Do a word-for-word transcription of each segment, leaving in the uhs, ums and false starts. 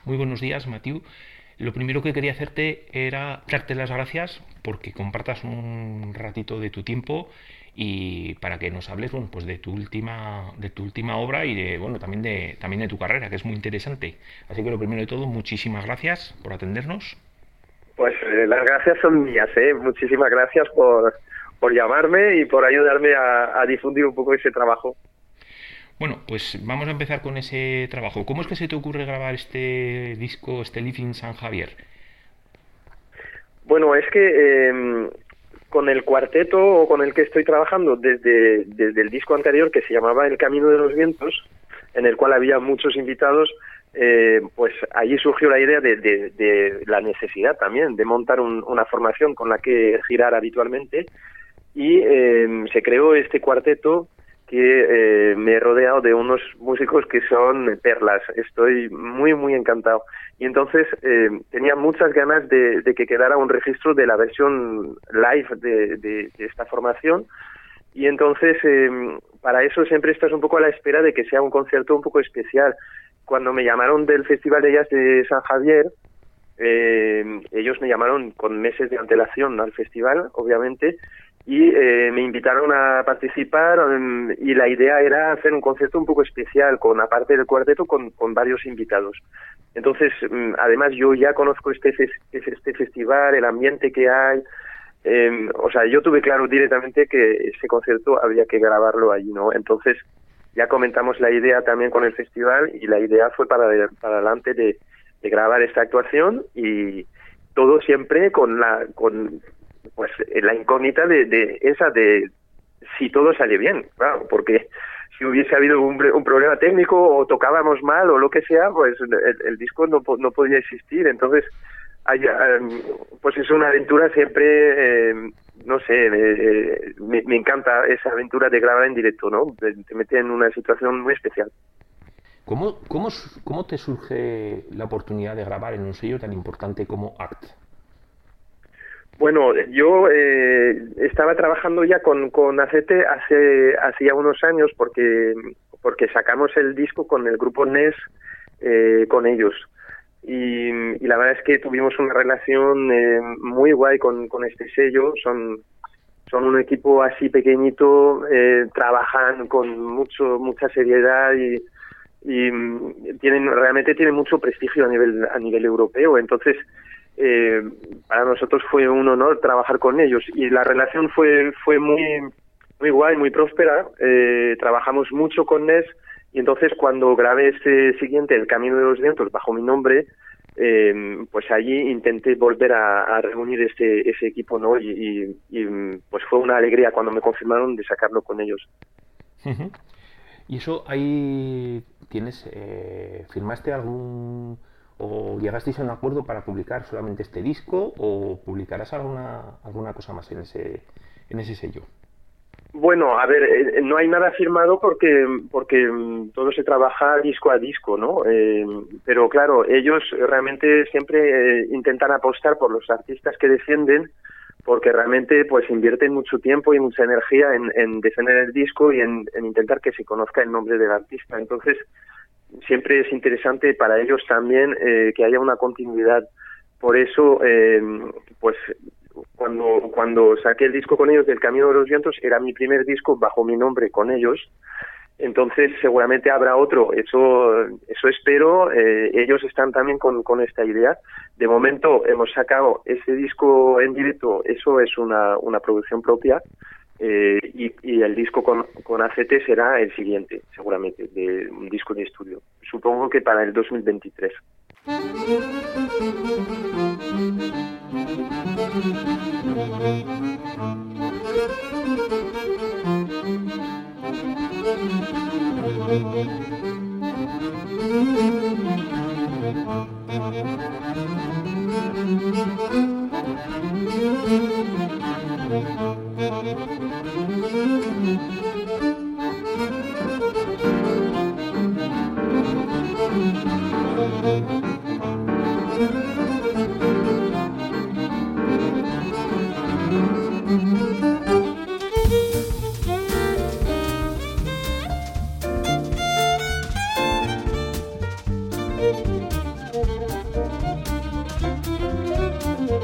Muy buenos días, Matiu. Lo primero que quería hacerte era darte las gracias porque compartas un ratito de tu tiempo y para que nos hables, bueno, pues de tu última, de tu última obra y de, bueno, también de, también de tu carrera, que es muy interesante. Así que lo primero de todo, muchísimas gracias por atendernos. Pues eh, las gracias son mías, ¿eh? Muchísimas gracias por, por llamarme y por ayudarme a, a difundir un poco ese trabajo. Bueno, pues vamos a empezar con ese trabajo. ¿Cómo es que se te ocurre grabar este disco, este Living San Javier? Bueno, es que eh, con el cuarteto con el que estoy trabajando desde, desde el disco anterior, que se llamaba El Camino de los Vientos, en el cual había muchos invitados, eh, pues allí surgió la idea de, de, de la necesidad también de montar un, una formación con la que girar habitualmente y eh, se creó este cuarteto que eh, me he rodeado de unos músicos que son perlas. Estoy muy, muy encantado. Y entonces eh, tenía muchas ganas de, de que quedara un registro de la versión live de, de, de esta formación. Y entonces, eh, para eso siempre estás un poco a la espera de que sea un concierto un poco especial. Cuando me llamaron del Festival de Jazz de San Javier, eh, ellos me llamaron con meses de antelación al festival, obviamente, y eh, me invitaron a participar um, y la idea era hacer un concierto un poco especial, con aparte del cuarteto, con, con varios invitados. Entonces, um, además yo ya conozco este, fes este festival, el ambiente que hay, eh, o sea, yo tuve claro directamente que ese concierto había que grabarlo allí, ¿no? Entonces, ya comentamos la idea también con el festival y la idea fue para, para adelante de, de grabar esta actuación y todo siempre con la... con pues la incógnita de, de esa de si todo sale bien, claro, porque si hubiese habido un, un problema técnico o tocábamos mal o lo que sea, pues el, el disco no, no podía existir. Entonces, hay, pues es una aventura siempre, eh, no sé, eh, me, me encanta esa aventura de grabar en directo, ¿no? Te mete en una situación muy especial. ¿Cómo, cómo, ¿Cómo te surge la oportunidad de grabar en un sello tan importante como A C T? Bueno, yo eh, estaba trabajando ya con, con A C T hace, hace ya unos años porque, porque sacamos el disco con el grupo N E S, eh, con ellos. Y, y la verdad es que tuvimos una relación eh, muy guay con, con este sello. Son, son un equipo así pequeñito, eh, trabajan con mucho mucha seriedad y, y tienen realmente tienen mucho prestigio a nivel a nivel europeo. Entonces, Eh, para nosotros fue un honor trabajar con ellos y la relación fue fue muy muy guay, muy próspera. Eh, trabajamos mucho con N E S y entonces cuando grabé este siguiente, El Camino de los Vientos, bajo mi nombre, eh, pues allí intenté volver a, a reunir ese ese equipo, ¿no? Y, y, y pues fue una alegría cuando me confirmaron de sacarlo con ellos. Uh-huh. ¿Y eso ahí tienes, eh, firmaste algún o llegasteis a un acuerdo para publicar solamente este disco o publicarás alguna alguna cosa más en ese en ese sello? Bueno, a ver, eh, no hay nada firmado porque porque todo se trabaja disco a disco, ¿no? Eh, pero claro, ellos realmente siempre eh, intentan apostar por los artistas que defienden, porque realmente pues invierten mucho tiempo y mucha energía en, en defender el disco y en, en intentar que se conozca el nombre del artista. Entonces, siempre es interesante para ellos también eh, que haya una continuidad. Por eso, eh, pues cuando cuando saqué el disco con ellos del Camino de los Vientos, era mi primer disco bajo mi nombre con ellos. Entonces seguramente habrá otro, eso eso espero. Eh, ellos están también con, con esta idea. De momento hemos sacado este disco en directo, eso es una, una producción propia. Eh, y, y el disco con, con A C T será el siguiente, seguramente, de un disco de estudio. Supongo que para el dos mil veintitrés.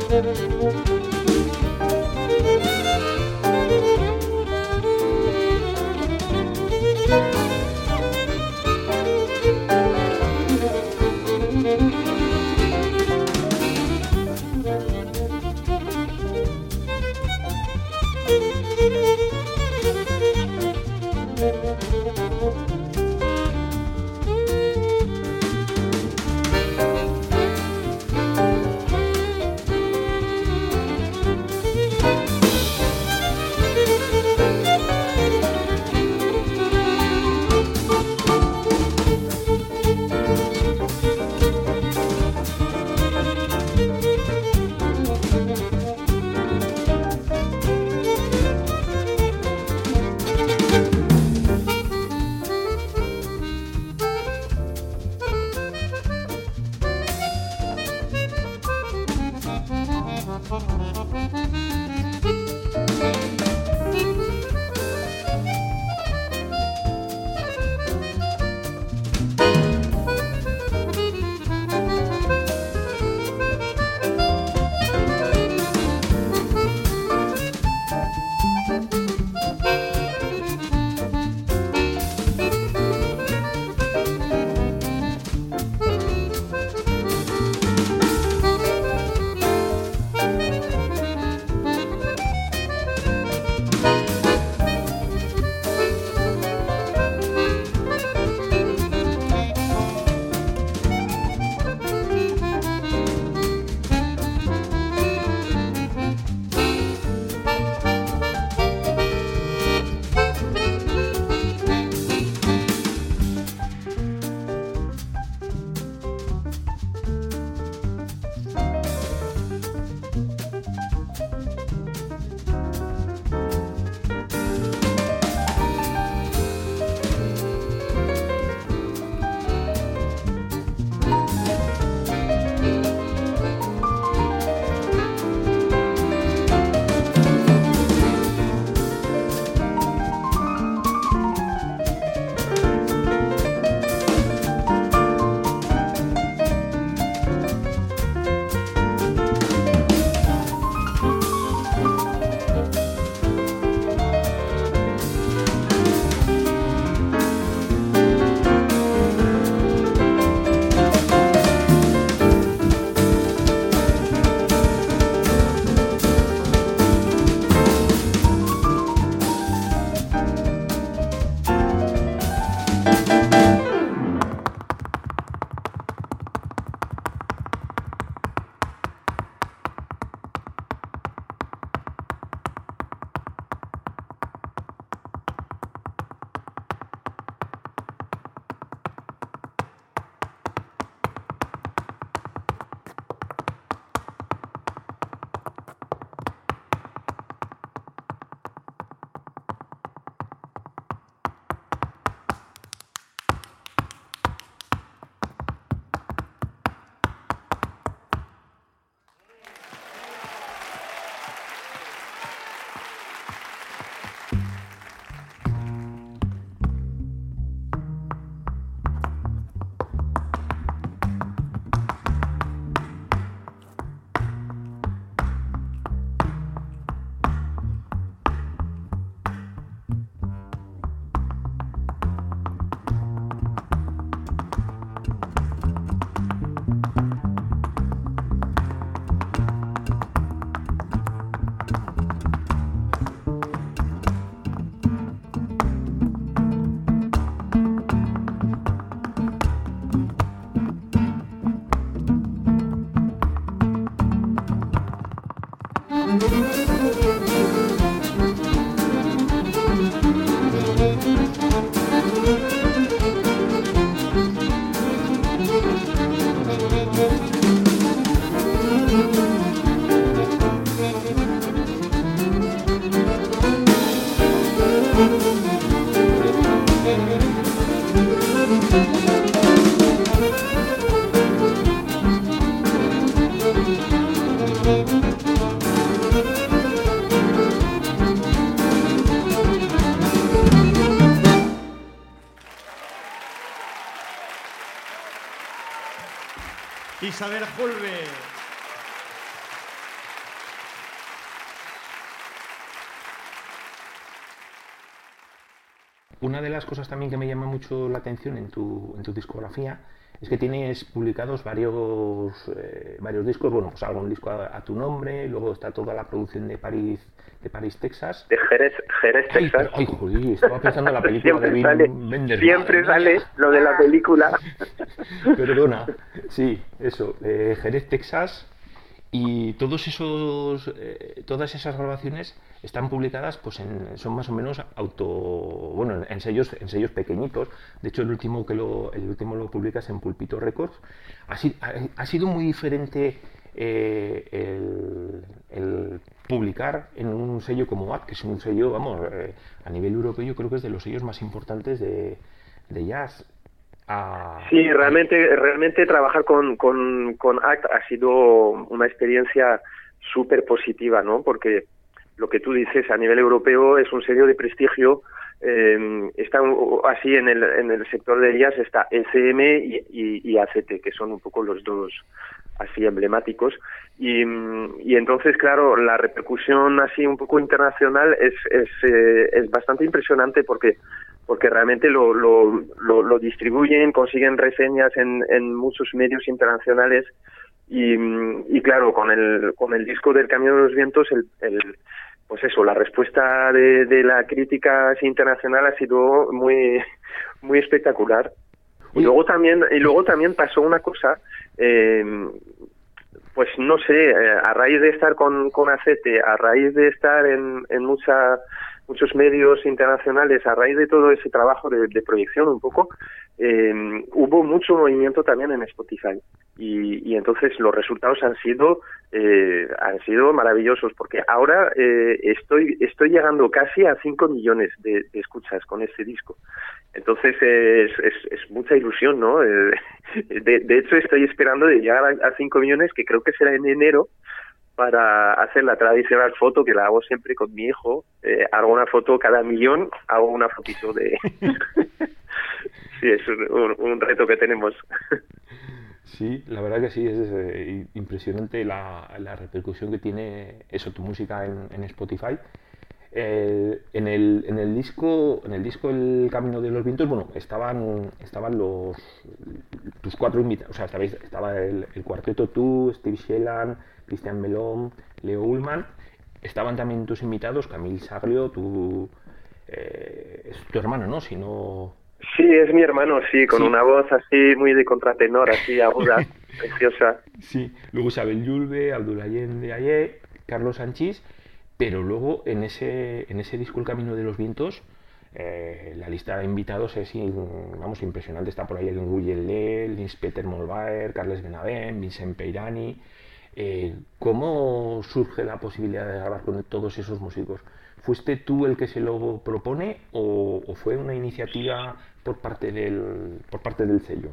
Isabel Julve. una de las cosas también que me llama mucho la atención en tu, en tu discografía es que tienes publicados varios eh, varios discos, bueno, pues algún disco a, a tu nombre, luego está toda la producción de París, de París, Texas. De Jerez, Jerez, Ay, Texas. ay, joder, estaba pensando en la película de sale, Wim Wenders. Siempre sale lo de la película. Perdona, sí, eso, eh, Jerez, Texas. Y todos esos, eh, todas esas grabaciones están publicadas, pues en, son más o menos auto, bueno, en sellos, en sellos pequeñitos. De hecho, el último que lo, el último lo publicas en Pulpito Records. Ha, si, ha, ha sido muy diferente eh, el, el publicar en un sello como A T, que es un sello, vamos, eh, a nivel europeo yo creo que es de los sellos más importantes de, de jazz. A, sí, realmente, realmente trabajar con, con, con A C T ha sido una experiencia súper positiva, ¿no? Porque lo que tú dices, a nivel europeo es un sello de prestigio. Eh, está así en el, en el sector de jazz está S M y, y, y A C T, que son un poco los dos así emblemáticos. Y, y entonces, claro, la repercusión así un poco internacional es, es, eh, es bastante impresionante porque porque realmente lo, lo, lo, lo distribuyen, consiguen reseñas en, en muchos medios internacionales y, y claro, con el con el disco del Camino de los Vientos, el, el pues eso, la respuesta de, de la crítica así internacional ha sido muy muy espectacular. Y luego también y luego también pasó una cosa, eh, pues no sé, a raíz de estar con con A C T, a raíz de estar en en mucha muchos medios internacionales, a raíz de todo ese trabajo de, de proyección un poco, eh, hubo mucho movimiento también en Spotify y, y entonces los resultados han sido eh, han sido maravillosos porque ahora eh, estoy estoy llegando casi a cinco millones de, de escuchas con este disco. Entonces es, es, es mucha ilusión, ¿no? Eh, de, de hecho estoy esperando de llegar a cinco millones, que creo que será en enero, para hacer la tradicional foto que la hago siempre con mi hijo. Eh, hago una foto cada millón, hago una fotito de... Sí, es un, un, un reto que tenemos. Sí, la verdad que sí, es eh, impresionante la, la repercusión que tiene eso, tu música en, en Spotify. Eh, en el en el disco en el disco El Camino de los Vientos, bueno, estaban estaban los tus cuatro invitados, o sea, estabais, estaba el, el cuarteto, tú, Steve Shellan, Christian Melón, Leo Ullman, estaban también tus invitados, Camille Saglio, tu eh, es tu hermano, ¿no? Si no... Sí, es mi hermano, sí, con sí. Una voz así muy de contratenor, así aguda, preciosa. Sí, luego Isabel Yulbe, Abdoulaye de Ayer, Carlos Sanchís. Pero luego en ese en ese disco El Camino de los Vientos, eh, la lista de invitados es vamos impresionante. Está por ahí el Nguyele, Nils Peter Molbaer, Carles Benavent, Vincent Peirani. Eh, ¿Cómo surge la posibilidad de grabar con todos esos músicos? ¿Fuiste tú el que se lo propone o, o fue una iniciativa por parte del por parte del sello?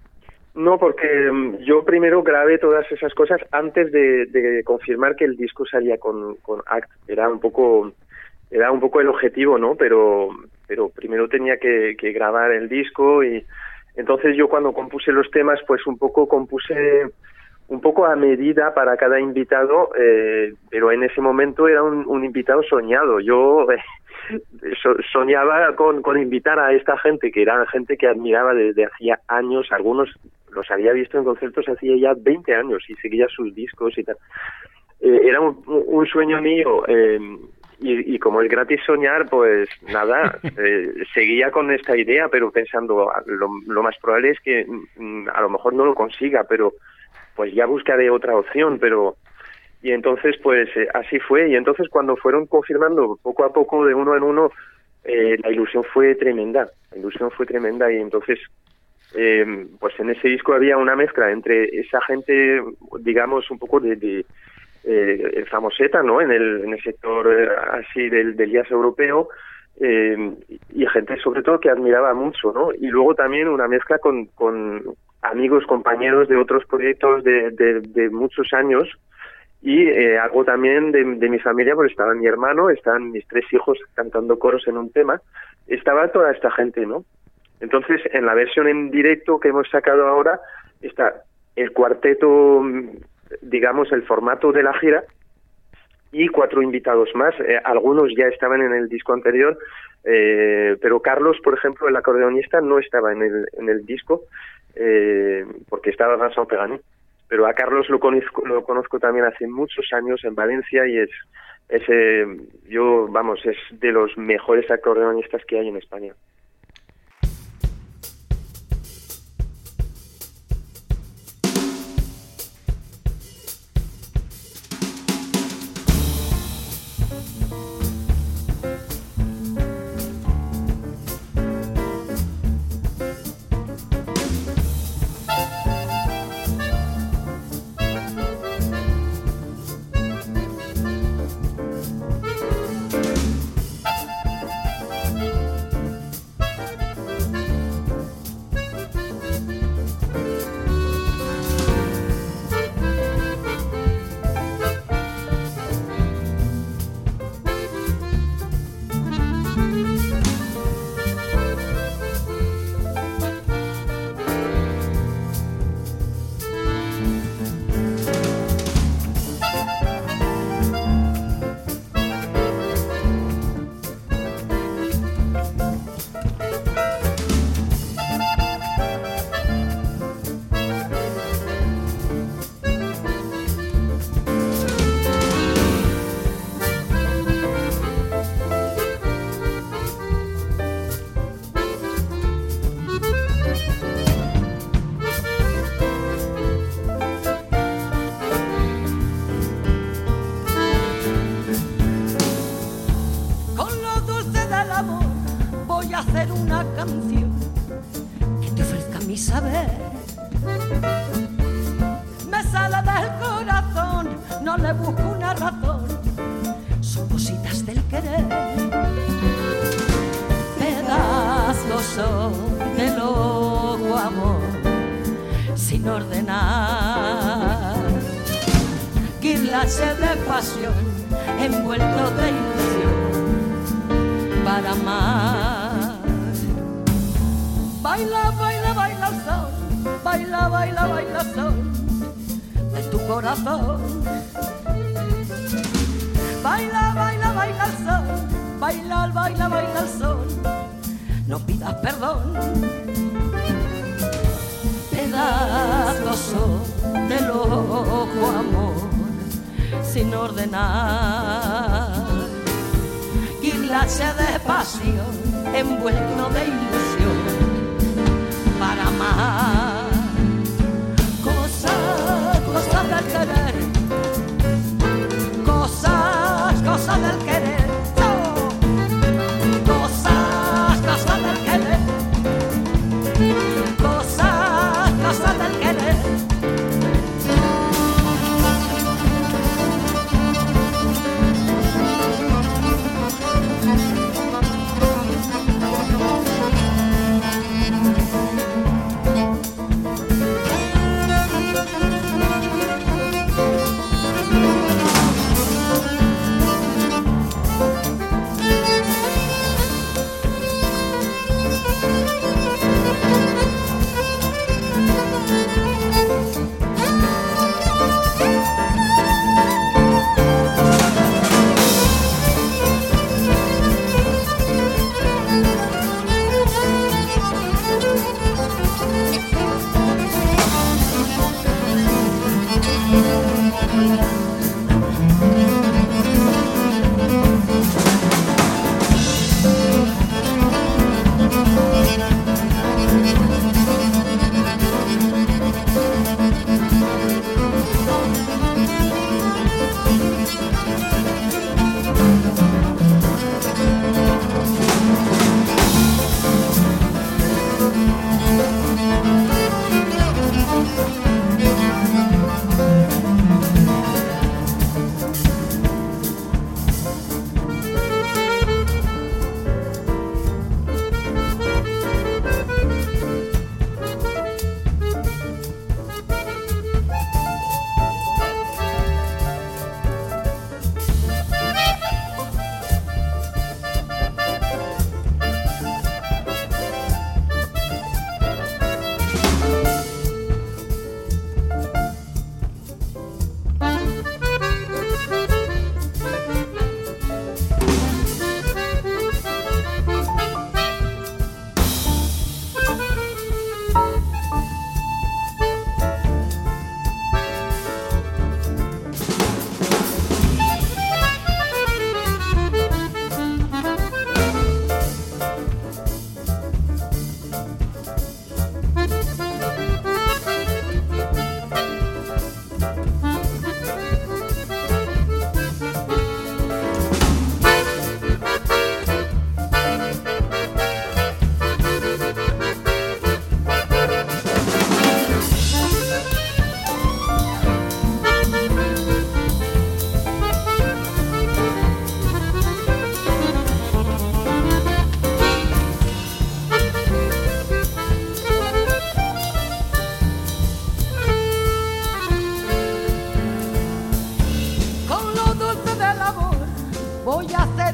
No, porque um, yo primero grabé todas esas cosas antes de, de confirmar que el disco salía con, con A C T. Era un poco, era un poco el objetivo, ¿no? Pero, pero primero tenía que, que grabar el disco y entonces yo cuando compuse los temas, pues un poco compuse un poco a medida para cada invitado, eh, pero en ese momento era un, un invitado soñado. Yo eh, so, soñaba con, con invitar a esta gente, que era gente que admiraba desde hacía años, algunos los había visto en conciertos hacía ya veinte años y seguía sus discos y tal. Eh, era un, un sueño mío eh, y, y como es gratis soñar, pues nada, eh, seguía con esta idea, pero pensando lo, lo más probable es que mm, a lo mejor no lo consiga, pero pues ya buscaré otra opción, pero y entonces pues eh, así fue y entonces cuando fueron confirmando poco a poco de uno en uno, eh, la ilusión fue tremenda, la ilusión fue tremenda y entonces Eh, pues en ese disco había una mezcla entre esa gente, digamos, un poco de, de eh, famoseta, ¿no? En el, en el sector eh, así del, del jazz europeo eh, y gente sobre todo que admiraba mucho, ¿no? Y luego también una mezcla con, con amigos, compañeros de otros proyectos de, de, de muchos años y eh, algo también de, de mi familia, pues estaba mi hermano, estaban mis tres hijos cantando coros en un tema, estaba toda esta gente, ¿no? Entonces, en la versión en directo que hemos sacado ahora, está el cuarteto, digamos, el formato de la gira, y cuatro invitados más. Eh, algunos ya estaban en el disco anterior, eh, pero Carlos, por ejemplo, el acordeonista, no estaba en el, en el disco eh, porque estaba Vincent Pegani. Pero a Carlos lo conozco, lo conozco también hace muchos años en Valencia y es, es eh, yo, vamos, es de los mejores acordeonistas que hay en España.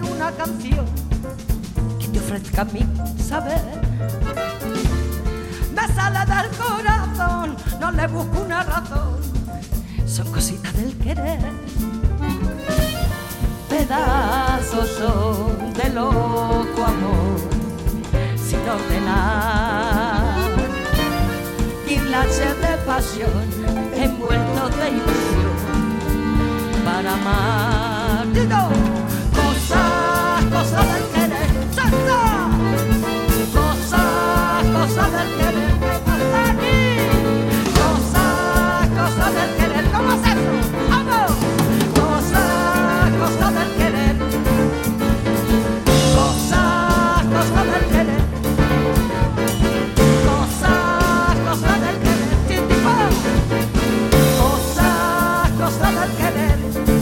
ser una canción que te ofrezca mi saber. Me sale del corazón, no le busco una razón, son cositas del querer. Pedazos son de loco amor, sin ordenar, guirlaches de pasión, envueltos de ilusión, para amar. Digo, cosas, cosas del querer, ¡salsa! Cosas, cosas del querer, ¿qué pasa aquí? Cosas, cosas del querer, ¿cómo es eso? ¡Vamos! Cosas, cosas del querer, cosas, cosas del querer, cosas, cosas del querer, chichipo. Cosas, cosas del querer,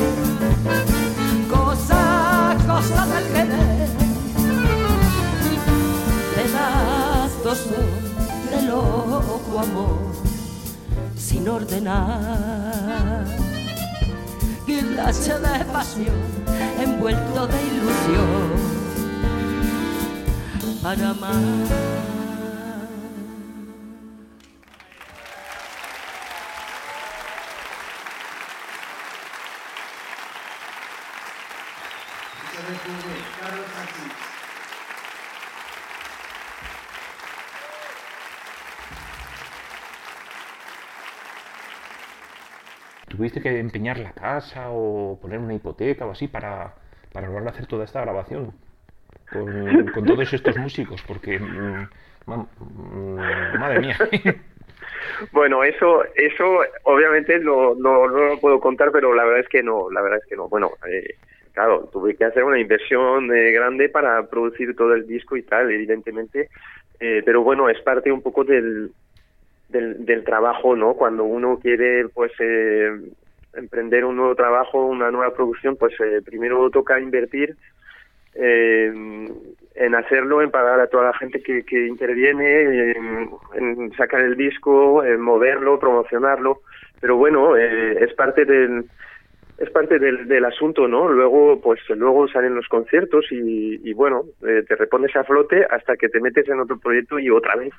cosas, cosas del querer. Pedazos son de loco amor, sin ordenar, guirlache de pasión, envuelto de ilusión, para amar. ¿Tuviste que empeñar la casa o poner una hipoteca o así para, para lograr hacer toda esta grabación con, con todos estos músicos? Porque, mmm, mmm, madre mía. Bueno, eso, eso obviamente no, no, no lo puedo contar, pero la verdad es que no, la verdad es que no. Bueno, eh, claro, tuve que hacer una inversión eh, grande para producir todo el disco y tal, evidentemente, eh, pero bueno, es parte un poco del Del, del trabajo, ¿no? Cuando uno quiere, pues, eh, emprender un nuevo trabajo, una nueva producción, pues eh, primero toca invertir eh, en hacerlo, en pagar a toda la gente que, que interviene, en, en sacar el disco, en moverlo, promocionarlo. Pero bueno, eh, es parte del es parte del, del asunto, ¿no? Luego, pues, luego salen los conciertos y, y bueno, eh, te repones a flote hasta que te metes en otro proyecto y otra vez.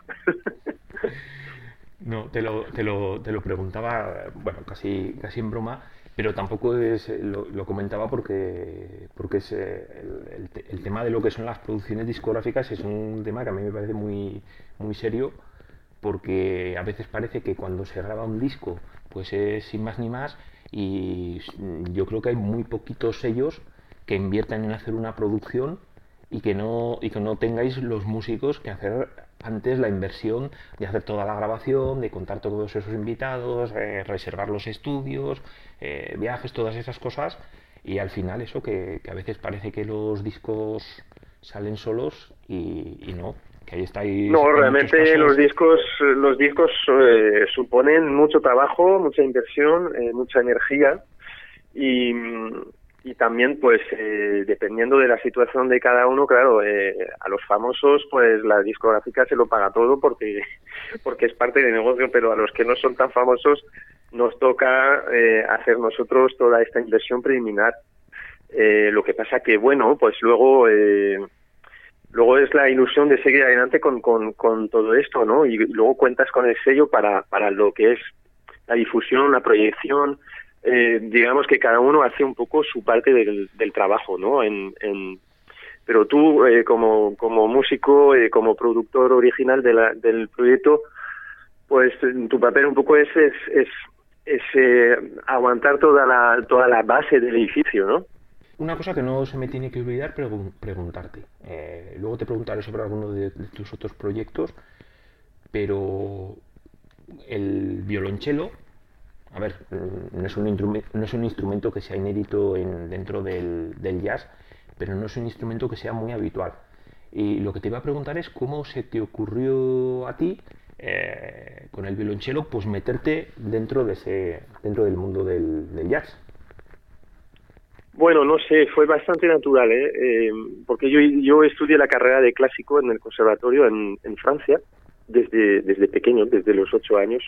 No, te lo, te lo, te lo preguntaba, bueno, casi, casi en broma, pero tampoco es, lo, lo comentaba porque, porque es el, el, el tema de lo que son las producciones discográficas es un tema que a mí me parece muy, muy serio, porque a veces parece que cuando se graba un disco, pues es sin más ni más, y yo creo que hay muy poquitos sellos que inviertan en hacer una producción y que no, y que no tengáis los músicos que hacer antes la inversión de hacer toda la grabación, de contar todos esos invitados, eh, reservar los estudios, eh, viajes, todas esas cosas, y al final eso que, que a veces parece que los discos salen solos y, y no, que ahí estáis. No, realmente casos... los discos los discos eh, suponen mucho trabajo, mucha inversión, eh, mucha energía y Y también, pues, eh, dependiendo de la situación de cada uno, claro, eh, a los famosos, pues, la discográfica se lo paga todo porque porque es parte del negocio, pero a los que no son tan famosos nos toca eh, hacer nosotros toda esta inversión preliminar. Eh, lo que pasa que, bueno, pues luego eh, luego es la ilusión de seguir adelante con, con, con todo esto, ¿no? Y luego cuentas con el sello para, para lo que es la difusión, la proyección. Eh, digamos que cada uno hace un poco su parte del, del trabajo, ¿no? En, en, pero tú, eh, como, como músico, eh, como productor original de la, del proyecto, pues tu papel un poco es, es, es, es eh, aguantar toda la, toda la base del edificio, ¿no? Una cosa que no se me tiene que olvidar pregun- preguntarte. Eh, luego te preguntaré sobre alguno de, de tus otros proyectos, pero el violonchelo, a ver, no es un, instrumento, no es un instrumento que sea inédito en, dentro del, del jazz, pero no es un instrumento que sea muy habitual. Y lo que te iba a preguntar es cómo se te ocurrió a ti, eh, con el violonchelo, pues meterte dentro de ese, dentro del mundo del, del jazz. Bueno, no sé, fue bastante natural, ¿eh? Eh, porque yo, yo estudié la carrera de clásico en el conservatorio en, en Francia, desde, desde pequeño, desde los ocho años.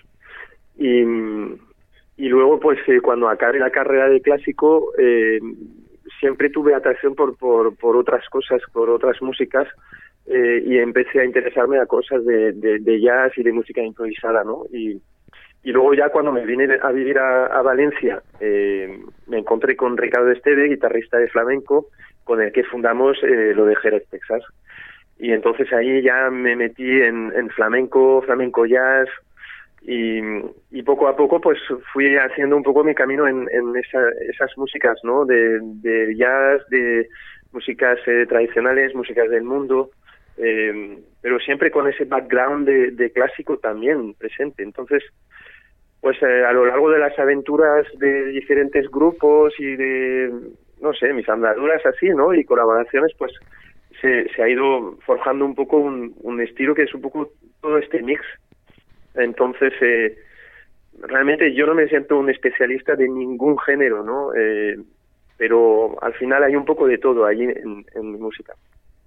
Y... Y luego, pues, eh, cuando acabé la carrera de clásico, eh, siempre tuve atracción por, por, por otras cosas, por otras músicas, eh, y empecé a interesarme a cosas de, de, de jazz y de música improvisada, ¿no? Y, y luego ya cuando me vine a vivir a, a Valencia, eh, me encontré con Ricardo Esteve, guitarrista de flamenco, con el que fundamos eh, lo de Jerez, Texas. Y entonces ahí ya me metí en, en flamenco, flamenco jazz, y, y poco a poco pues fui haciendo un poco mi camino en, en esa, esas músicas, ¿no? De, de jazz, de músicas eh, tradicionales, músicas del mundo, eh, pero siempre con ese background de, de clásico también presente. Entonces, pues eh, a lo largo de las aventuras de diferentes grupos y de, no sé, mis andaduras así, ¿no? Y colaboraciones, pues se, se ha ido forjando un poco un, un estilo que es un poco todo este mix. Entonces, eh, realmente yo no me siento un especialista de ningún género, ¿no? Eh, pero al final hay un poco de todo allí en, en mi música.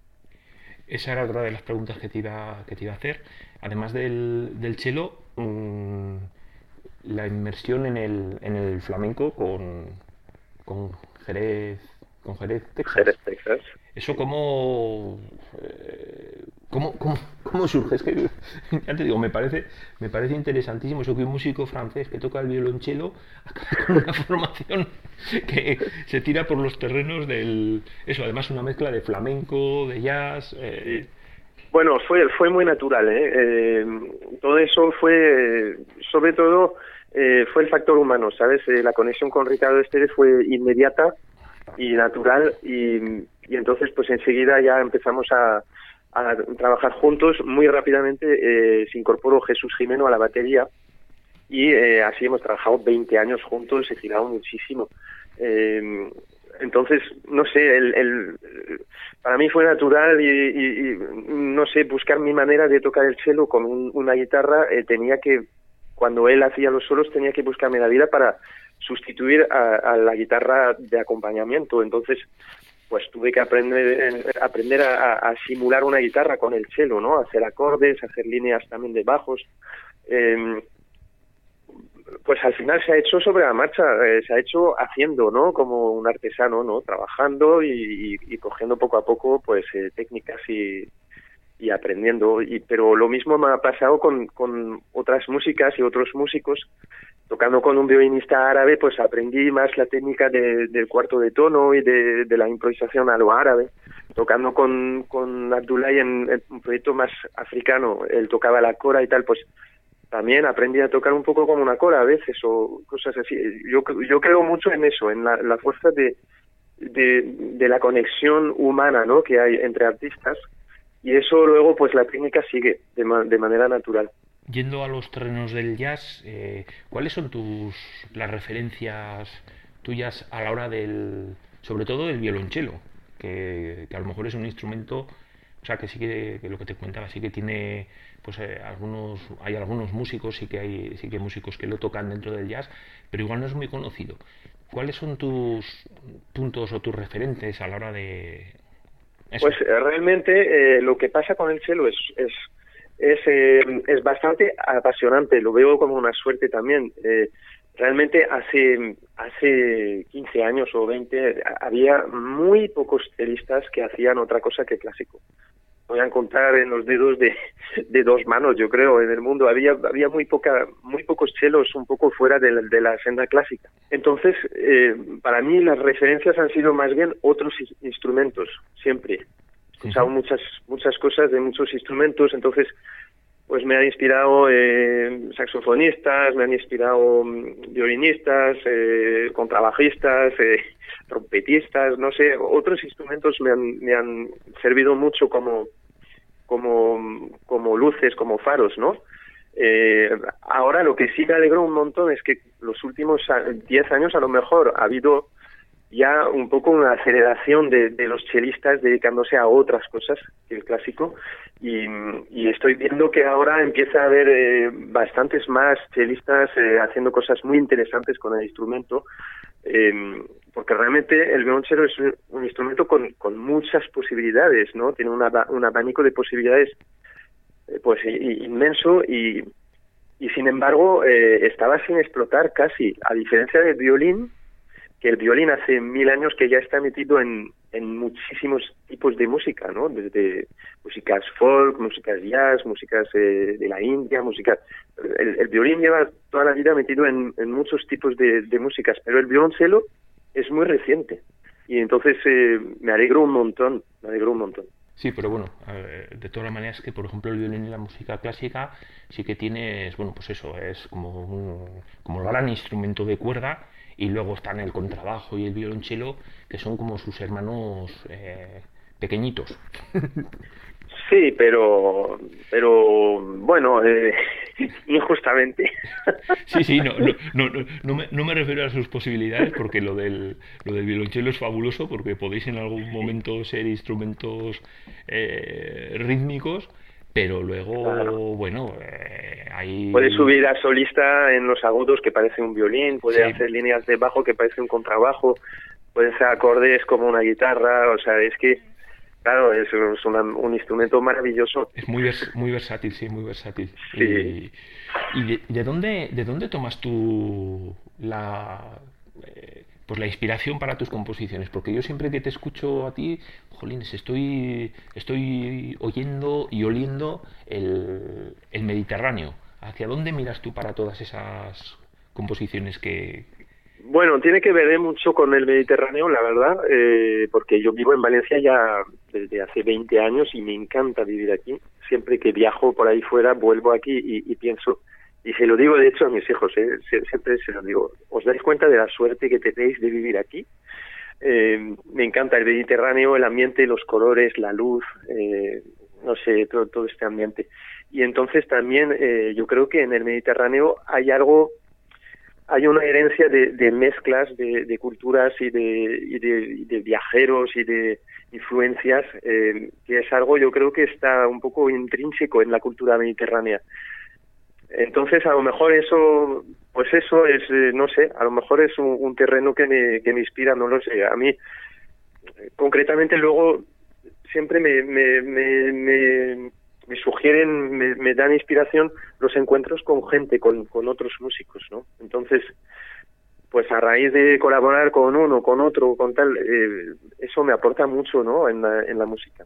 Esa era otra de las preguntas que te iba, que te iba a hacer. Además del, del cello, mmm, la inmersión en el, en el flamenco con, con Jerez, con Jerez, Texas. Jerez, Texas. Eso cómo, eh, cómo, cómo, cómo surge. Es que ya te digo, me parece, me parece interesantísimo eso que un músico francés que toca el violonchelo acaba con una formación que se tira por los terrenos del, eso, además una mezcla de flamenco, de jazz. Eh, Bueno, fue fue muy natural, ¿eh? Eh, todo eso fue, sobre todo, eh, fue el factor humano, ¿sabes? Eh, la conexión con Ricardo Esteve fue inmediata y natural, y, y entonces pues enseguida ya empezamos a, a trabajar juntos. Muy rápidamente eh, se incorporó Jesús Jimeno a la batería, y eh, así hemos trabajado veinte años juntos, he girado muchísimo. Eh, Entonces, no sé, el, el, para mí fue natural y, y, y, no sé, buscar mi manera de tocar el cello con un, una guitarra. Eh, tenía que, cuando él hacía los solos, tenía que buscarme la vida para sustituir a, a la guitarra de acompañamiento. Entonces, pues tuve que aprender aprender a, a simular una guitarra con el cello, ¿no? Hacer acordes, hacer líneas también de bajos. Eh, Pues al final se ha hecho sobre la marcha, eh, se ha hecho haciendo, ¿no? Como un artesano, ¿no? Trabajando y, y, y cogiendo poco a poco, pues, eh, técnicas y, y aprendiendo. Y, pero lo mismo me ha pasado con, con otras músicas y otros músicos. Tocando con un violinista árabe, pues aprendí más la técnica de, del cuarto de tono y de, de la improvisación a lo árabe. Tocando con, con Abdoulaye en, en un proyecto más africano, él tocaba la cora y tal, pues también aprendí a tocar un poco como una cora a veces o cosas así. Yo yo creo mucho en eso, en la, la fuerza de, de de la conexión humana, ¿no? Que hay entre artistas, y eso luego pues la técnica sigue de, ma de manera natural. Yendo a los terrenos del jazz, eh, ¿cuáles son tus las referencias tuyas a la hora del, sobre todo del violonchelo, que, que a lo mejor es un instrumento, o sea, que sí que, que lo que te comentaba, sí que tiene, pues eh, algunos, hay algunos músicos, sí que hay, sí que hay músicos que lo tocan dentro del jazz, pero igual no es muy conocido. ¿Cuáles son tus puntos o tus referentes a la hora de eso? Pues eh, realmente eh, lo que pasa con el cello es es es, eh, es bastante apasionante. Lo veo como una suerte también. Eh, realmente hace hace quince años o veinte había muy pocos celistas que hacían otra cosa que clásico. Voy a contar en los dedos de, de dos manos, yo creo, en el mundo. Había había muy poca muy pocos chelos un poco fuera de la, de la senda clásica. Entonces, eh, para mí las referencias han sido más bien otros instrumentos, siempre. He escuchado muchas, muchas cosas de muchos instrumentos, entonces pues me han inspirado eh, saxofonistas, me han inspirado violinistas, eh, contrabajistas, eh, trompetistas, no sé, otros instrumentos me han, me han servido mucho como, como, como luces, como faros, ¿no? Eh, ahora lo que sí me alegró un montón es que los últimos diez años a lo mejor ha habido ya un poco una aceleración de, de los chelistas dedicándose a otras cosas que el clásico, y, y estoy viendo que ahora empieza a haber eh, bastantes más chelistas eh, haciendo cosas muy interesantes con el instrumento, eh, porque realmente el violonchelo es un, un instrumento con, con muchas posibilidades, ¿no? Tiene una, un abanico de posibilidades eh, pues inmenso, y, y sin embargo eh, estaba sin explotar casi, a diferencia del violín, que que el violín hace mil años que ya está metido en, en muchísimos tipos de música, ¿no? Desde músicas folk, músicas jazz, músicas eh, de la India, música... El, el violín lleva toda la vida metido en, en muchos tipos de, de músicas, pero el violoncelo es muy reciente. Y entonces eh, me alegro un montón, me alegro un montón. Sí, pero bueno, eh, de todas maneras que por ejemplo el violín en la música clásica sí que tienes, bueno, pues eso, es como un, como el gran instrumento de cuerda, y luego están el contrabajo y el violonchelo, que son como sus hermanos eh, pequeñitos. Sí, pero, pero bueno, eh, injustamente. Sí, sí, no, no, no, no, no me, no me refiero a sus posibilidades, porque lo del, lo del violonchelo es fabuloso, porque podéis en algún momento ser instrumentos eh, rítmicos, pero luego, Claro. bueno, eh, hay... Puede subir a solista en los agudos que parece un violín, puede Sí. hacer líneas de bajo que parece un contrabajo, puede hacer acordes como una guitarra, o sea, es que, claro, es, es una- un instrumento maravilloso. Es muy vers- muy versátil, sí, muy versátil. Sí. Y, y de, de dónde de dónde tomas tú la eh, pues la inspiración para tus composiciones? Porque yo siempre que te escucho a ti, jolines, estoy estoy oyendo y oliendo el, el Mediterráneo. ¿Hacia dónde miras tú para todas esas composiciones que... Bueno, tiene que ver eh, mucho con el Mediterráneo, la verdad, eh, porque yo vivo en Valencia ya desde hace veinte años y me encanta vivir aquí. Siempre que viajo por ahí fuera, vuelvo aquí y, y pienso, y se lo digo de hecho a mis hijos, eh, sie- siempre se lo digo, ¿os dais cuenta de la suerte que tenéis de vivir aquí? Eh, me encanta el Mediterráneo, el ambiente, los colores, la luz, eh, no sé, todo, todo este ambiente. Y entonces también eh, yo creo que en el Mediterráneo hay algo, hay una herencia de, de mezclas de, de culturas y de, y, de, y de viajeros y de influencias, eh, que es algo yo creo que está un poco intrínseco en la cultura mediterránea. Entonces, a lo mejor eso, pues eso es, eh, no sé, a lo mejor es un, un terreno que me, que me inspira, no lo sé. A mí, eh, concretamente, luego siempre me, me, me, me, me sugieren, me, me dan inspiración los encuentros con gente, con, con otros músicos, ¿no? Entonces, pues a raíz de colaborar con uno, con otro, con tal, eh, eso me aporta mucho, ¿no? En la, en la música.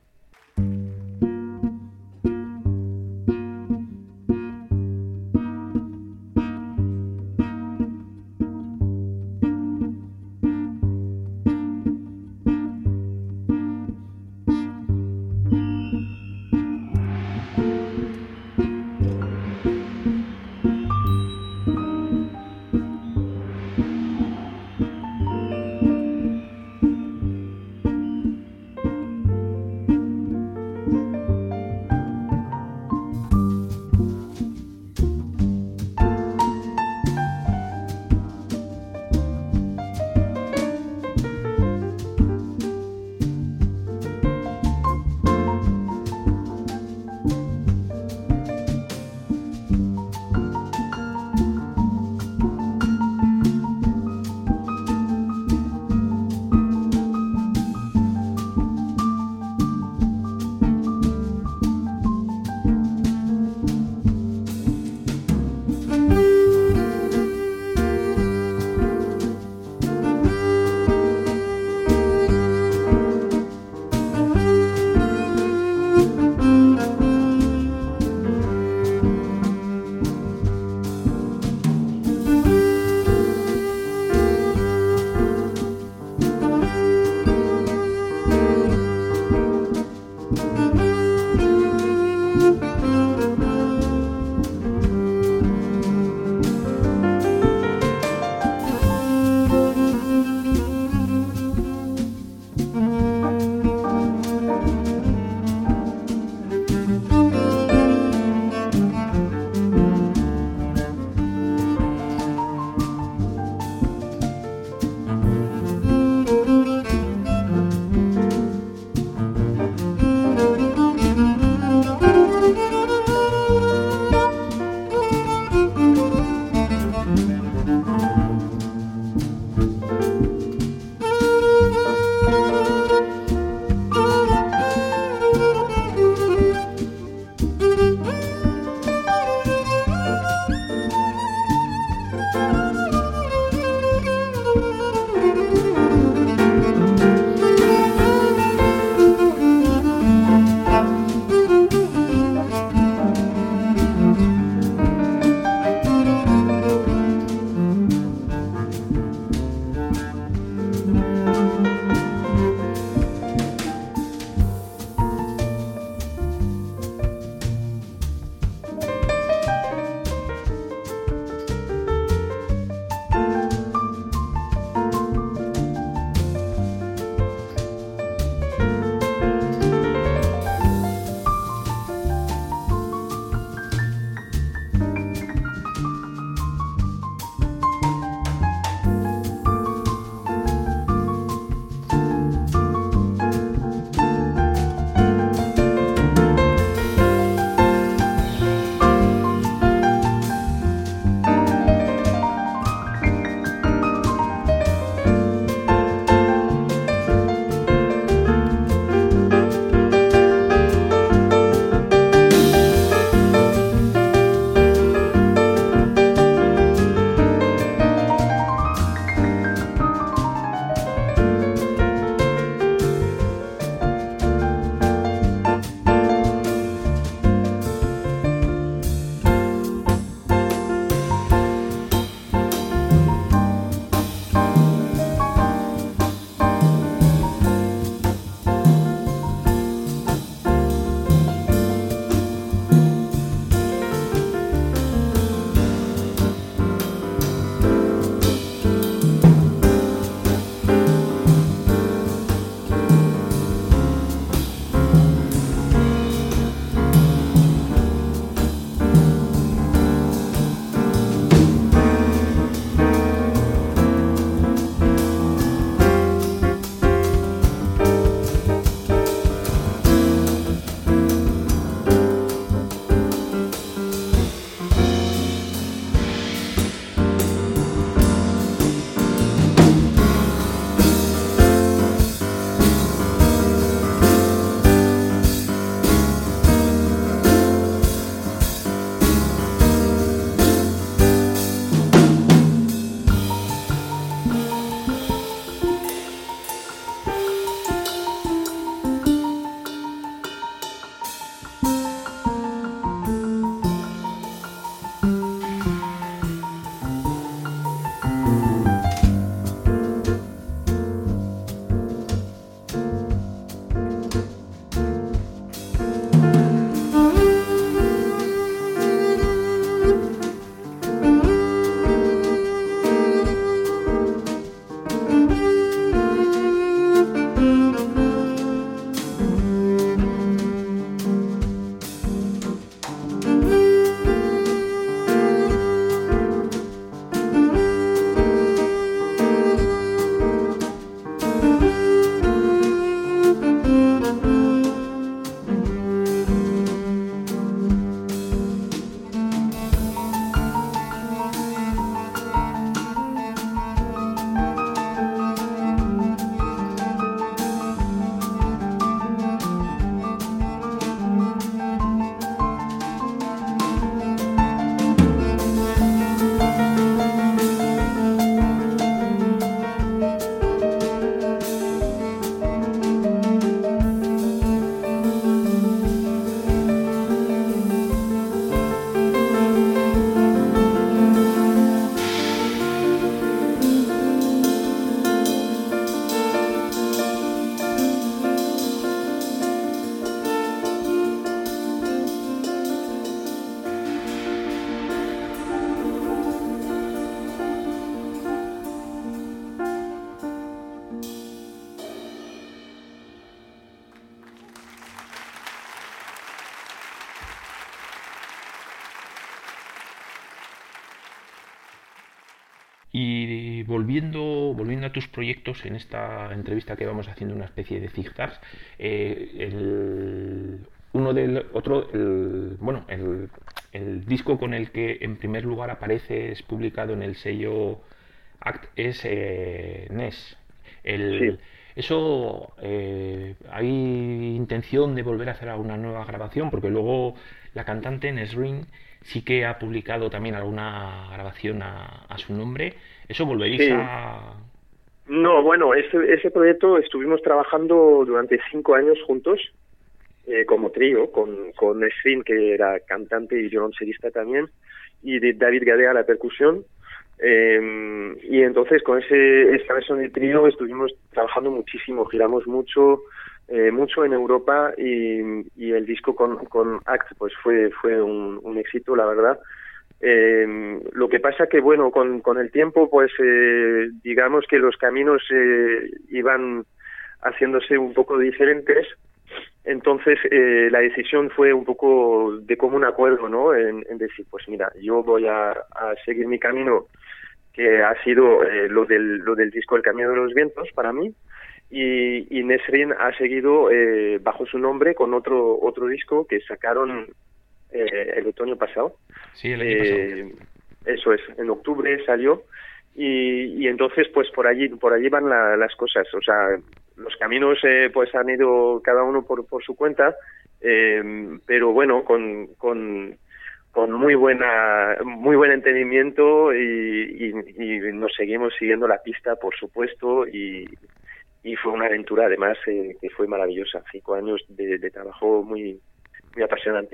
Y volviendo, volviendo a tus proyectos, en esta entrevista que vamos haciendo una especie de zigzags, eh, el, uno del otro, el, bueno, el, el disco con el que en primer lugar aparece es publicado en el sello Act es eh, N E S. El, Sí. Eso, eh, ¿hay intención de volver a hacer alguna nueva grabación? Porque luego la cantante Nesrin sí que ha publicado también alguna grabación a, a su nombre. ¿Eso volveréis Sí. a...? No, bueno, ese, ese proyecto estuvimos trabajando durante cinco años juntos, eh, como trío, con, con Nesrin, que era cantante y violonchelista también, y de David Gadea a la percusión. Eh, y entonces con ese esta versión de trío estuvimos trabajando muchísimo, giramos mucho, eh, mucho en Europa, y, y el disco con, con Act pues fue fue un, un éxito, la verdad. Eh, lo que pasa que bueno, con, con el tiempo pues eh, digamos que los caminos eh, iban haciéndose un poco diferentes. Entonces eh, la decisión fue un poco de común acuerdo, ¿no? En, en decir, pues mira, yo voy a, a seguir mi camino, que ha sido eh, lo del lo del disco El Camino de los Vientos para mí, y, y Nesrin ha seguido eh, bajo su nombre con otro otro disco que sacaron eh, el otoño pasado. Sí, el año Eh, pasado. eso es, en octubre salió, y, y entonces pues por allí por allí van la- las cosas, o sea, los caminos eh, pues han ido cada uno por, por su cuenta, eh, pero bueno, con, con con muy buena muy buen entendimiento, y, y, y nos seguimos siguiendo la pista, por supuesto, y, y fue una aventura además eh, que fue maravillosa, cinco años de, de trabajo muy muy apasionante.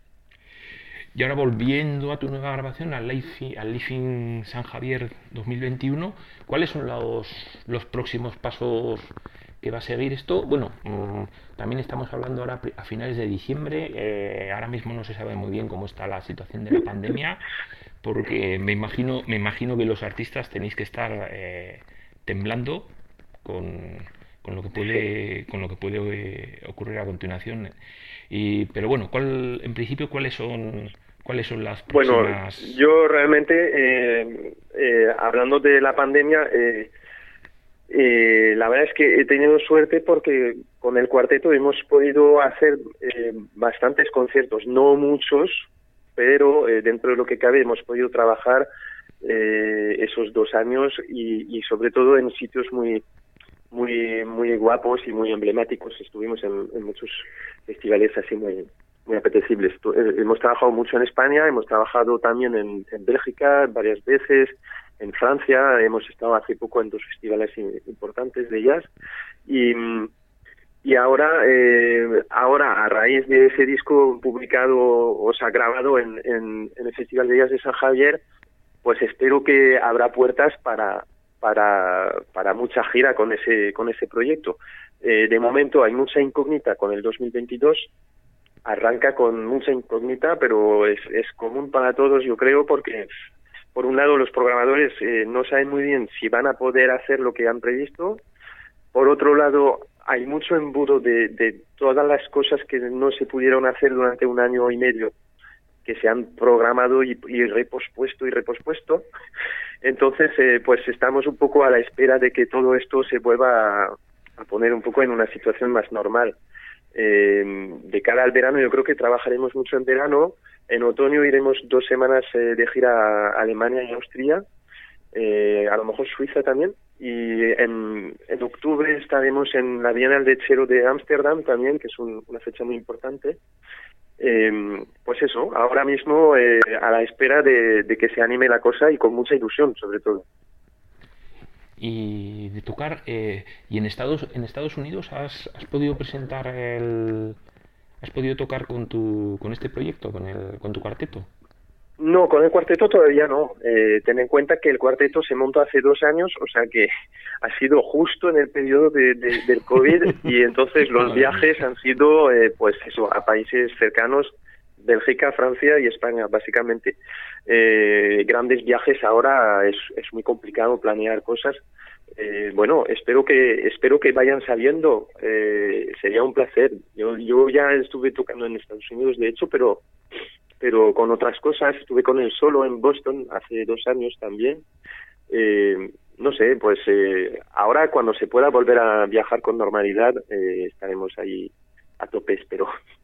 Y ahora volviendo a tu nueva grabación, al Life, al Living San Javier dos mil veintiuno, ¿cuáles son los, los próximos pasos que va a seguir esto? Bueno, mmm, también estamos hablando ahora a finales de diciembre, eh, ahora mismo no se sabe muy bien cómo está la situación de la pandemia, porque me imagino, me imagino que los artistas tenéis que estar eh, temblando con, con lo que puede, con lo que puede eh, ocurrir a continuación. Y, pero bueno, ¿cuál, en principio, ¿cuáles son, cuáles son las Bueno, próximas? yo realmente, eh, eh, hablando de la pandemia, eh, eh, la verdad es que he tenido suerte porque con el cuarteto hemos podido hacer eh, bastantes conciertos, no muchos, pero eh, dentro de lo que cabe hemos podido trabajar eh, esos dos años, y, y sobre todo en sitios muy muy muy guapos y muy emblemáticos. Estuvimos en, en muchos festivales así muy muy apetecibles. Tu- eh, Hemos trabajado mucho en España, hemos trabajado también en, en Bélgica varias veces, en Francia, hemos estado hace poco en dos festivales i- importantes de jazz, y mm, y ahora eh, ahora a raíz de ese disco publicado, o sea, grabado en, en, en el Festival de Jazz de San Javier, pues espero que habrá puertas para para para mucha gira con ese con ese proyecto. Eh, de momento hay mucha incógnita con el dos mil veintidós, arranca con mucha incógnita, pero es, es común para todos, yo creo, porque por un lado los programadores eh, no saben muy bien si van a poder hacer lo que han previsto, por otro lado hay mucho embudo de, de todas las cosas que no se pudieron hacer durante un año y medio, que se han programado y, y repospuesto y repospuesto. Entonces, eh, pues estamos un poco a la espera de que todo esto se vuelva a, a poner un poco en una situación más normal. Eh, de cara al verano, yo creo que trabajaremos mucho en verano. En otoño iremos dos semanas eh, de gira a Alemania y Austria, eh, a lo mejor Suiza también. Y en, en octubre estaremos en la Bienal de Cello de Ámsterdam también, que es un, una fecha muy importante. Eh, pues eso, ahora mismo eh, a la espera de, de que se anime la cosa, y con mucha ilusión, sobre todo. Y de tocar, eh, y en Estados, en Estados Unidos has, has podido presentar el, has podido tocar con tu, con este proyecto, con el, con tu cuarteto. No, con el cuarteto todavía no. Eh, ten en cuenta que el cuarteto se montó hace dos años, o sea que ha sido justo en el periodo de, de- del COVID, y entonces los Madre viajes mía. han sido, eh, pues eso, a países cercanos, Bélgica, Francia y España, básicamente. Eh, grandes viajes ahora es, es muy complicado planear cosas. Eh, bueno, espero que espero que vayan saliendo. Eh, sería un placer. Yo yo ya estuve tocando en Estados Unidos, de hecho, pero pero con otras cosas. Estuve con él solo en Boston hace dos años también. eh, no sé, pues eh, ahora cuando se pueda volver a viajar con normalidad, eh, estaremos ahí a tope, espero.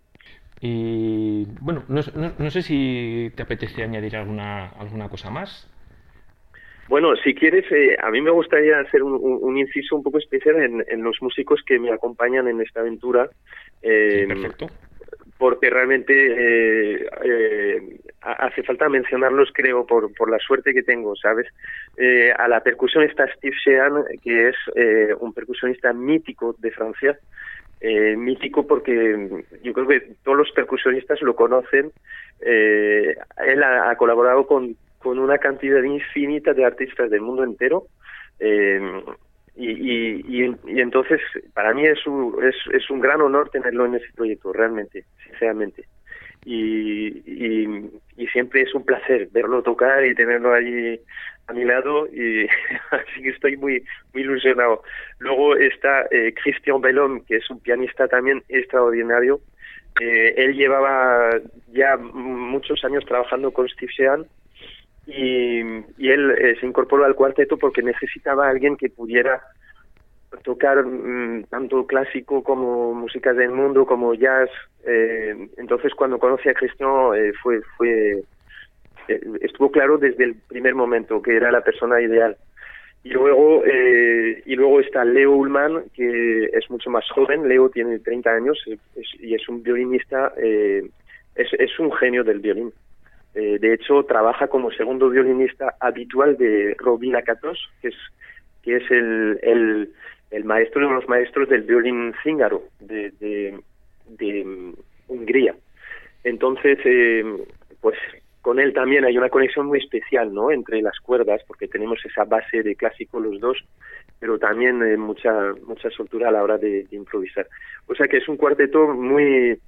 Y bueno, no, no, no sé si te apetece añadir alguna, alguna cosa más. Bueno, si quieres, eh, a mí me gustaría hacer un, un, un inciso un poco especial en, en los músicos que me acompañan en esta aventura. Eh, Sí, perfecto. Porque realmente eh, eh, hace falta mencionarlos, creo, por, por la suerte que tengo, ¿sabes? Eh, a la percusión está Steve Sheehan, que es eh, un percusionista mítico de Francia. Eh, mítico porque yo creo que todos los percusionistas lo conocen. Eh, él ha, ha colaborado con, con una cantidad infinita de artistas del mundo entero. Eh, Y, y, y, y entonces para mí es un, es, es un gran honor tenerlo en ese proyecto, realmente, sinceramente. Y, y, y siempre es un placer verlo tocar y tenerlo allí a mi lado, y así que estoy muy muy ilusionado. Luego está eh, Christian Bellhomme, que es un pianista también extraordinario. Eh, él llevaba ya muchos años trabajando con Steve Sheehan, y, y él eh, se incorporó al cuarteto porque necesitaba a alguien que pudiera tocar mmm, tanto clásico como músicas del mundo, como jazz. Eh, entonces cuando conocí a Christian eh, fue fue eh, estuvo claro desde el primer momento que era la persona ideal. Y luego eh, y luego está Leo Ullmann, que es mucho más joven. Leo tiene treinta años, es, y es un violinista, eh, es, es un genio del violín. Eh, de hecho, trabaja como segundo violinista habitual de Robin Akatos, que es que es el, el, el maestro de los maestros del violín cíngaro de, de, de um, Hungría. Entonces, eh, pues con él también hay una conexión muy especial, ¿no?, entre las cuerdas, porque tenemos esa base de clásico los dos, pero también eh, mucha mucha soltura a la hora de, de improvisar. O sea que es un cuarteto muy...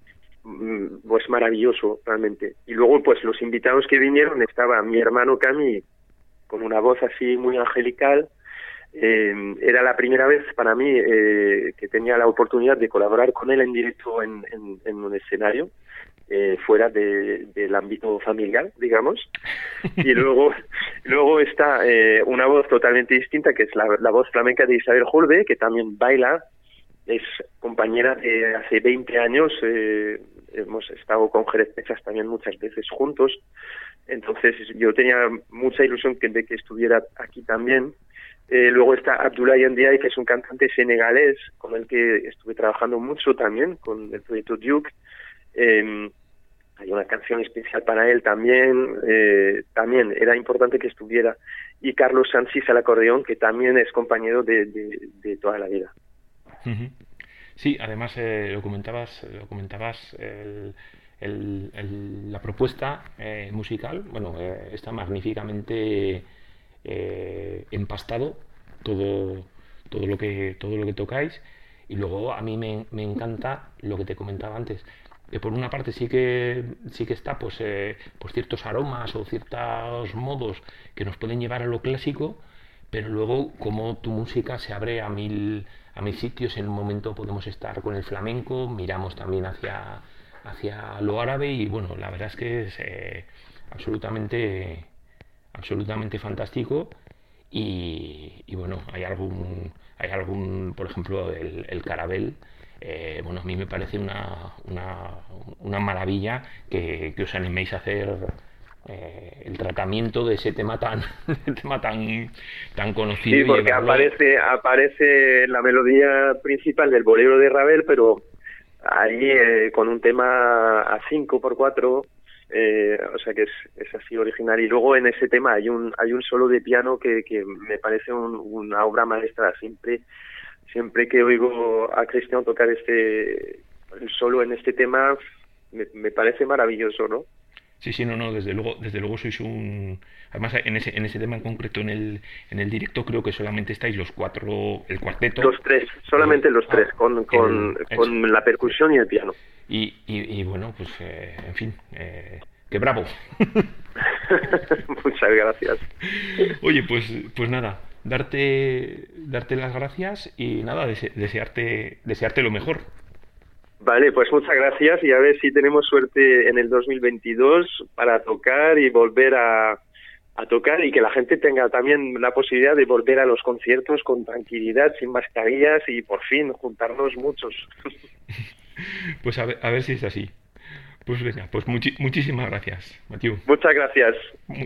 pues maravilloso realmente. Y luego pues los invitados que vinieron, estaba mi hermano Cami con una voz así muy angelical. Eh, era la primera vez para mí eh, que tenía la oportunidad de colaborar con él en directo en, en, en un escenario eh, fuera de, del ámbito familiar, digamos. Y luego luego está eh, una voz totalmente distinta, que es la, la voz flamenca de Isabel Holbe, que también baila. Es compañera de hace veinte años, eh, hemos estado con Jerez Pechas también muchas veces juntos, entonces yo tenía mucha ilusión que, de que estuviera aquí también. Eh, luego está Abdoulaye Ndiaye, que es un cantante senegalés con el que estuve trabajando mucho también, con el proyecto Duke. Eh, hay una canción especial para él también, eh, también era importante que estuviera. Y Carlos Sanchis al acordeón, que también es compañero de, de, de toda la vida. Sí, además eh, lo comentabas, lo comentabas el, el, el, la propuesta eh, musical, bueno, eh, está magníficamente eh, empastado todo, todo lo que todo lo que tocáis, y luego a mí me, me encanta lo que te comentaba antes, que por una parte sí que sí que está pues, eh, pues ciertos aromas o ciertos modos que nos pueden llevar a lo clásico, pero luego como tu música se abre a mil a mil sitios. En un momento podemos estar con el flamenco, miramos también hacia hacia lo árabe, y bueno, la verdad es que es eh, absolutamente absolutamente fantástico. Y, y bueno, hay algún hay algún por ejemplo el, el carabel. Eh, bueno, a mí me parece una, una, una maravilla que, que os animéis a hacer eh, el tratamiento de ese tema tan tema tan tan conocido. Sí, porque llevarlo... aparece aparece la melodía principal del bolero de Ravel, pero ahí eh, con un tema a cinco por cuatro, eh, o sea que es, es así original. Y luego en ese tema hay un hay un solo de piano que, que me parece un, una obra maestra. Siempre siempre que oigo a Christian tocar este el solo en este tema me, me parece maravilloso, ¿no? Sí, sí, no, no, desde luego, desde luego sois un... Además, en ese, en ese tema en concreto, en el, en el directo, creo que solamente estáis los cuatro, el cuarteto. Los tres, solamente los tres, ah, con, con, el, con la percusión y el piano. Y, y, y bueno, pues, eh, en fin, eh, ¡qué bravo! Muchas gracias. Oye, pues, pues nada, darte, darte las gracias y nada, dese, desearte, desearte lo mejor. Vale, pues muchas gracias, y a ver si tenemos suerte en el dos mil veintidós para tocar y volver a, a tocar y que la gente tenga también la posibilidad de volver a los conciertos con tranquilidad, sin mascarillas y por fin juntarnos muchos. Pues a ver, a ver si es así. Pues venga, pues muchi- muchísimas gracias, Mathieu. Muchas gracias. Mu-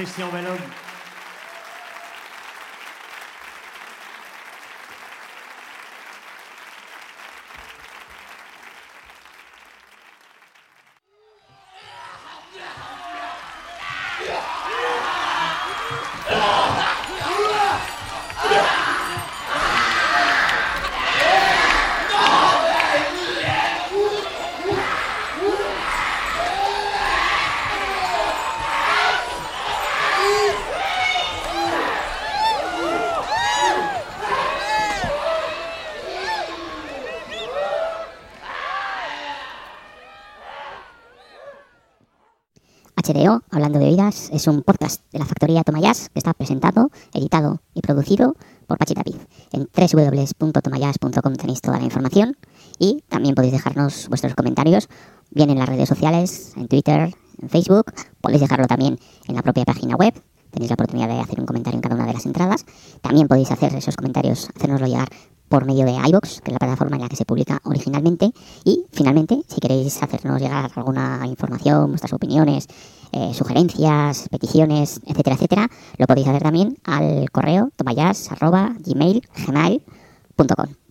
Christian Bellog. H D O, Hablando de Oídas, es un podcast de la factoría Tomayás que está presentado, editado y producido por Pachi Tapiz. En doble u doble u doble u punto tomayás punto com tenéis toda la información y también podéis dejarnos vuestros comentarios, bien en las redes sociales, en Twitter, en Facebook, podéis dejarlo también en la propia página web. Tenéis la oportunidad de hacer un comentario en cada una de las entradas. También podéis hacer esos comentarios, hacérnoslo llegar por medio de iVoox, que es la plataforma en la que se publica originalmente. Y, finalmente, si queréis hacernos llegar alguna información, vuestras opiniones, eh, sugerencias, peticiones, etcétera, etcétera, lo podéis hacer también al correo tomayas arroba gmail punto com.